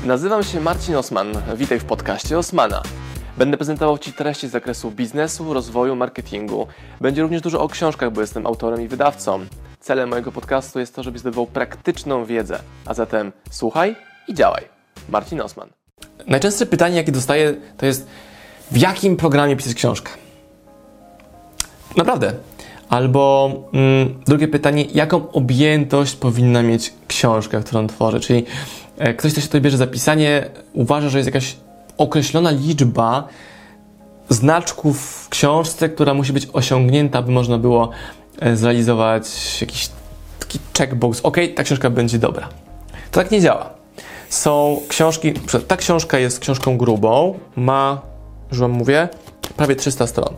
Nazywam się Marcin Osman. Witaj w podcaście Osmana. Będę prezentował Ci treści z zakresu biznesu, rozwoju, marketingu. Będzie również dużo o książkach, bo jestem autorem i wydawcą. Celem mojego podcastu jest to, żebyś zdobywał praktyczną wiedzę. A zatem słuchaj i działaj. Marcin Osman. Najczęstsze pytanie, jakie dostaję, to jest: w jakim programie pisać książkę? Naprawdę. Albo drugie pytanie: jaką objętość powinna mieć książka, którą tworzę? Czyli ktoś, kto się tutaj bierze za pisanie, uważa, że jest jakaś określona liczba znaczków w książce, która musi być osiągnięta, by można było zrealizować jakiś taki checkbox. Ok, ta książka będzie dobra. To tak nie działa. Są książki, ta książka jest książką grubą, ma, już Wam mówię, prawie 300 stron.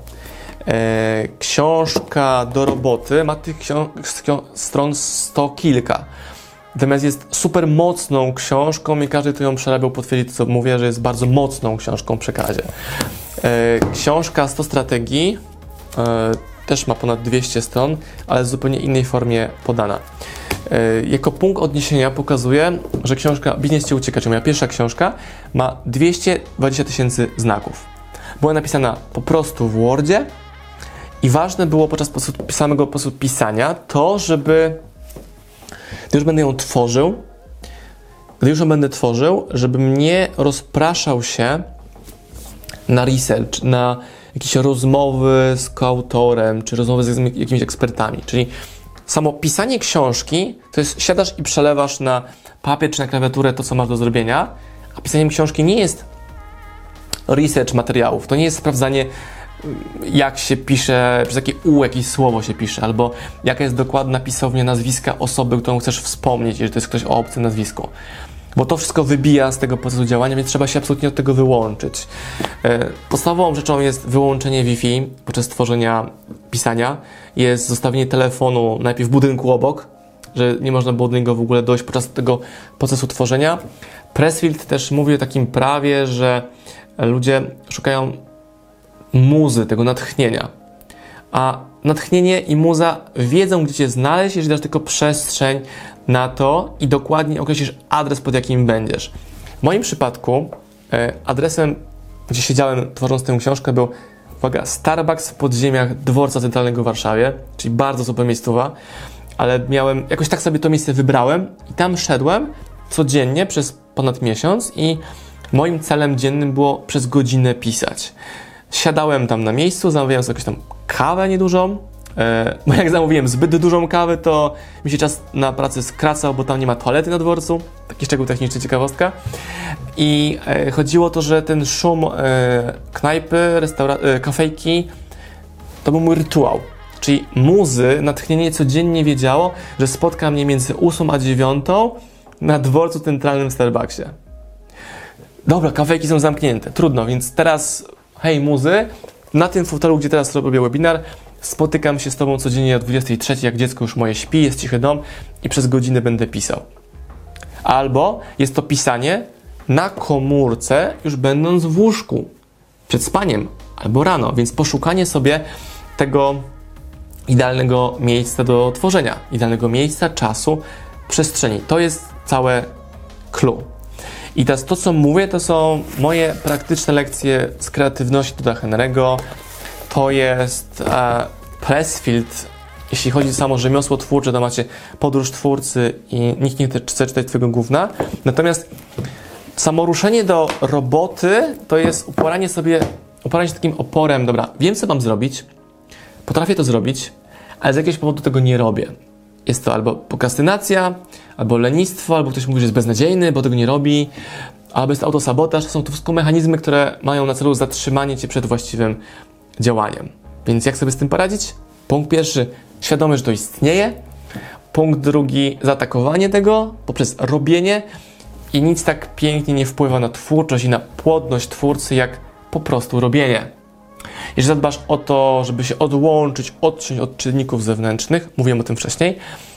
Książka do roboty ma tych stron 100 kilka. Natomiast jest super mocną książką i każdy, kto ją przerabiał, potwierdzi to, co mówię, że jest bardzo mocną książką w przekazie. Książka 100 strategii też ma ponad 200 stron, ale w zupełnie innej formie podana. Jako punkt odniesienia pokazuje, że książka Biznes Cię ucieka, czyli moja pierwsza książka, ma 220 000 znaków. Była napisana po prostu w Wordzie i ważne było podczas samego pisania to, żeby gdy już będę ją tworzył, żebym nie rozpraszał się na research, na jakieś rozmowy z koautorem, czy rozmowy z jakimiś ekspertami. Czyli samo pisanie książki to jest siadasz i przelewasz na papier czy na klawiaturę to, co masz do zrobienia, a pisaniem książki nie jest research materiałów, to nie jest sprawdzanie, jak się pisze, przez jakie jakieś słowo się pisze, albo jaka jest dokładna pisownia nazwiska osoby, którą chcesz wspomnieć, jeżeli to jest ktoś o obcym nazwisku. Bo to wszystko wybija z tego procesu działania, więc trzeba się absolutnie od tego wyłączyć. Podstawową rzeczą jest wyłączenie Wi-Fi podczas tworzenia pisania. Jest zostawienie telefonu najpierw w budynku obok, że nie można było do niego w ogóle dojść podczas tego procesu tworzenia. Pressfield też mówi o takim prawie, że ludzie szukają muzy, tego natchnienia. A natchnienie i muza wiedzą, gdzie Cię znaleźć, jeżeli dasz tylko przestrzeń na to i dokładnie określisz adres, pod jakim będziesz. W moim przypadku adresem, gdzie siedziałem tworząc tę książkę, był, uwaga, Starbucks w podziemiach dworca centralnego w Warszawie, czyli bardzo super miejscowa, ale jakoś tak sobie to miejsce wybrałem i tam szedłem codziennie przez ponad miesiąc i moim celem dziennym było przez godzinę pisać. Siadałem tam na miejscu, zamawiałem sobie jakąś tam kawę niedużą, bo jak zamówiłem zbyt dużą kawę, to mi się czas na pracę skracał, bo tam nie ma toalety na dworcu. Taki szczegół techniczny, ciekawostka. I chodziło o to, że ten szum knajpy, kafejki, to był mój rytuał. Czyli muzy, natchnienie codziennie wiedziało, że spotka mnie między 8 a 9 na dworcu centralnym w Starbucksie. Dobra, kafejki są zamknięte, trudno, więc teraz hej muzy, na tym fotelu, gdzie teraz robię webinar, spotykam się z Tobą codziennie o 23, jak dziecko już moje śpi, jest cichy dom i przez godzinę będę pisał. Albo jest to pisanie na komórce, już będąc w łóżku, przed spaniem albo rano, więc poszukanie sobie tego idealnego miejsca do tworzenia, idealnego miejsca, czasu, przestrzeni. To jest całe clue. I teraz to, co mówię, to są moje praktyczne lekcje z kreatywności Toda Henry'ego. To jest Pressfield. Jeśli chodzi o samo rzemiosło twórcze, to macie podróż twórcy i nikt nie chce czytać Twojego gówna. Natomiast samo ruszenie do roboty to jest uporanie się takim oporem. Dobra, wiem, co mam zrobić, potrafię to zrobić, ale z jakiegoś powodu tego nie robię. Jest to albo prokrastynacja, albo lenistwo, albo ktoś mówi, że jest beznadziejny, bo tego nie robi, albo jest autosabotaż. To są to wszystko mechanizmy, które mają na celu zatrzymanie Cię przed właściwym działaniem. Więc jak sobie z tym poradzić? Punkt pierwszy, świadomość, że to istnieje. Punkt drugi, zaatakowanie tego poprzez robienie i nic tak pięknie nie wpływa na twórczość i na płodność twórcy, jak po prostu robienie. Jeżeli zadbasz o to, żeby się odciąć od czynników zewnętrznych, mówiłem o tym wcześniej,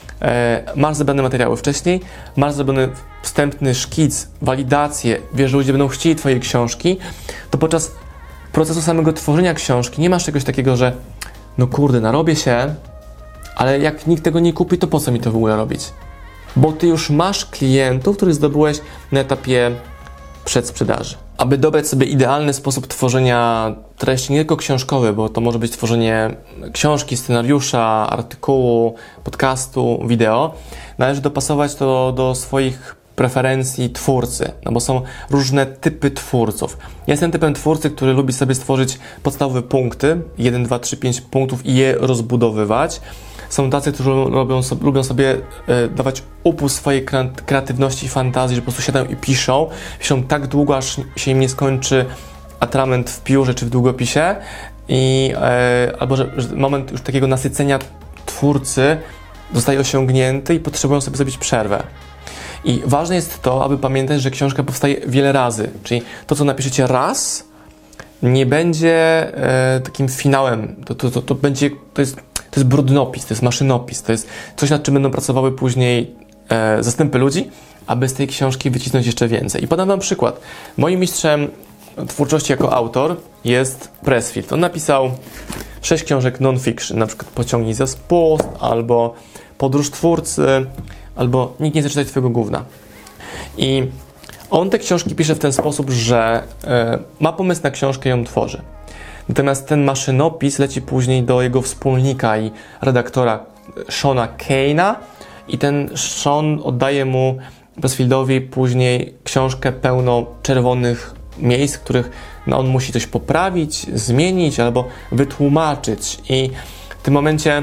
masz zebrane materiały wcześniej, masz zrobiony wstępny szkic, walidację, wiesz, że ludzie będą chcieli Twojej książki, to podczas procesu samego tworzenia książki nie masz czegoś takiego, że no kurde, narobię się, ale jak nikt tego nie kupi, to po co mi to w ogóle robić? Bo Ty już masz klientów, których zdobyłeś na etapie przedsprzedaży. Aby dobrać sobie idealny sposób tworzenia treści, nie tylko książkowe, bo to może być tworzenie książki, scenariusza, artykułu, podcastu, wideo, należy dopasować to do swoich preferencji twórcy, no bo są różne typy twórców. Ja jestem typem twórcy, który lubi sobie stworzyć podstawowe punkty, 1, 2, 3, 5 punktów i je rozbudowywać. Są tacy, którzy lubią sobie dawać upust swojej kreatywności i fantazji, że po prostu siadają i piszą. Piszą tak długo, aż się im nie skończy atrament w piórze czy w długopisie. Albo że moment już takiego nasycenia twórcy zostaje osiągnięty i potrzebują sobie zrobić przerwę. I ważne jest to, aby pamiętać, że książka powstaje wiele razy. Czyli to, co napiszecie raz, nie będzie takim finałem. To jest brudnopis, to jest maszynopis, to jest coś, nad czym będą pracowały później zastępy ludzi, aby z tej książki wycisnąć jeszcze więcej. I podam wam przykład. Moim mistrzem twórczości jako autor jest Pressfield. On napisał 6 książek non-fiction, na przykład Pociągnij za spust, albo Podróż twórcy, albo Nikt nie chce czytać twojego gówna. I on te książki pisze w ten sposób, że ma pomysł na książkę i ją tworzy. Natomiast ten maszynopis leci później do jego wspólnika i redaktora Seana Kane'a i ten Sean oddaje mu, Pressfieldowi, później książkę pełną czerwonych miejsc, w których on musi coś poprawić, zmienić albo wytłumaczyć. I w tym momencie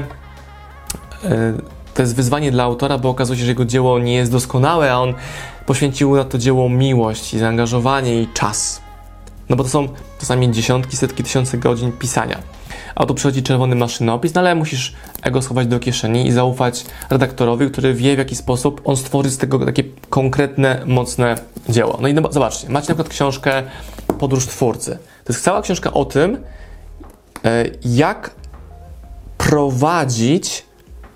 to jest wyzwanie dla autora, bo okazuje się, że jego dzieło nie jest doskonałe, a on poświęcił na to dzieło miłość i zaangażowanie i czas. No bo to są czasami dziesiątki, setki tysięcy godzin pisania. A tu przychodzi czerwony maszynopis, no ale musisz go schować do kieszeni i zaufać redaktorowi, który wie, w jaki sposób on stworzy z tego takie konkretne, mocne dzieło. No i zobaczcie, macie na przykład książkę Podróż twórcy. To jest cała książka o tym, jak prowadzić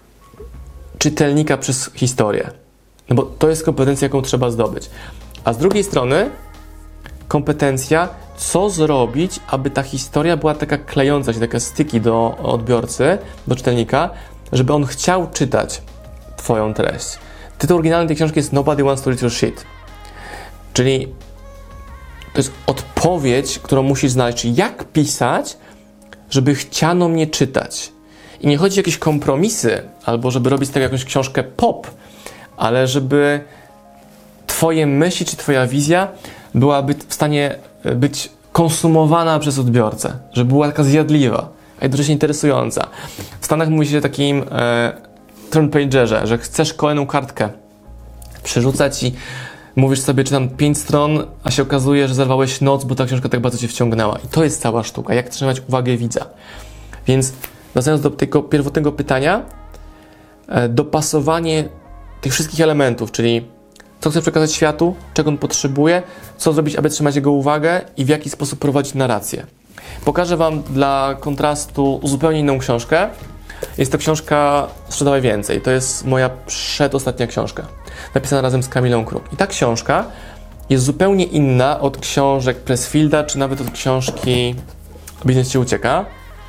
czytelnika przez historię. No bo to jest kompetencja, jaką trzeba zdobyć. A z drugiej strony kompetencja, co zrobić, aby ta historia była taka klejąca się, taka sticky do odbiorcy, do czytelnika, żeby on chciał czytać twoją treść. Tytuł oryginalny tej książki jest Nobody Wants to Read Your Shit. Czyli to jest odpowiedź, którą musisz znaleźć, czyli jak pisać, żeby chciano mnie czytać. I nie chodzi o jakieś kompromisy, albo żeby robić z tego jakąś książkę pop, ale żeby twoje myśli czy twoja wizja byłaby w stanie być konsumowana przez odbiorcę, żeby była taka zjadliwa, a jednocześnie interesująca. W Stanach mówi się o takim turnpagerze, że chcesz kolejną kartkę przerzucać i mówisz sobie, czytam 5 stron, a się okazuje, że zerwałeś noc, bo ta książka tak bardzo cię wciągnęła. I to jest cała sztuka, jak trzymać uwagę widza. Więc wracając do tego pierwotnego pytania, dopasowanie tych wszystkich elementów, czyli co chcę przekazać światu, czego on potrzebuje, co zrobić, aby trzymać jego uwagę i w jaki sposób prowadzić narrację. Pokażę wam dla kontrastu zupełnie inną książkę. Jest to książka Sprzedawaj więcej. To jest moja przedostatnia książka, napisana razem z Kamilą Kruk. I ta książka jest zupełnie inna od książek Pressfielda, czy nawet od książki Biznes ci ucieka,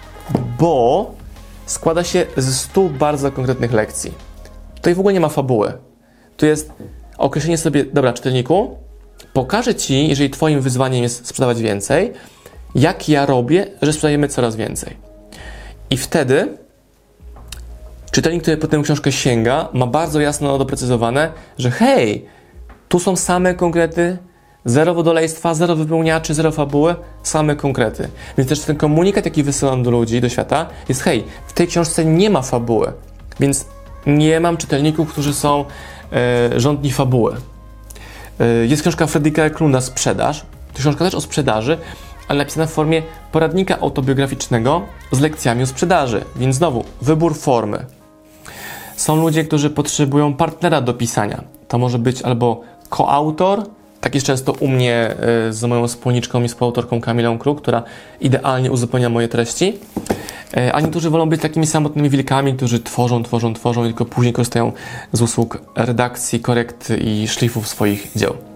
bo składa się ze 100 bardzo konkretnych lekcji. Tutaj w ogóle nie ma fabuły. Tu jest określenie sobie, dobra, czytelniku, pokażę ci, jeżeli twoim wyzwaniem jest sprzedawać więcej, jak ja robię, że sprzedajemy coraz więcej. I wtedy czytelnik, który po tę książkę sięga, ma bardzo jasno doprecyzowane, że hej, tu są same konkrety, zero wodolejstwa, zero wypełniaczy, zero fabuły, same konkrety. Więc też ten komunikat, jaki wysyłam do ludzi, do świata, jest hej, w tej książce nie ma fabuły, więc nie mam czytelników, którzy są żądni fabuły. Jest książka Fredrika Eklunda Sprzedaż. To książka też o sprzedaży, ale napisana w formie poradnika autobiograficznego z lekcjami o sprzedaży. Więc znowu, wybór formy. Są ludzie, którzy potrzebują partnera do pisania. To może być albo koautor, tak jest często u mnie z moją wspólniczką i współautorką Kamilą Kruk, która idealnie uzupełnia moje treści. A niektórzy wolą być takimi samotnymi wilkami, którzy tworzą i tylko później korzystają z usług redakcji, korekt i szlifów swoich dzieł.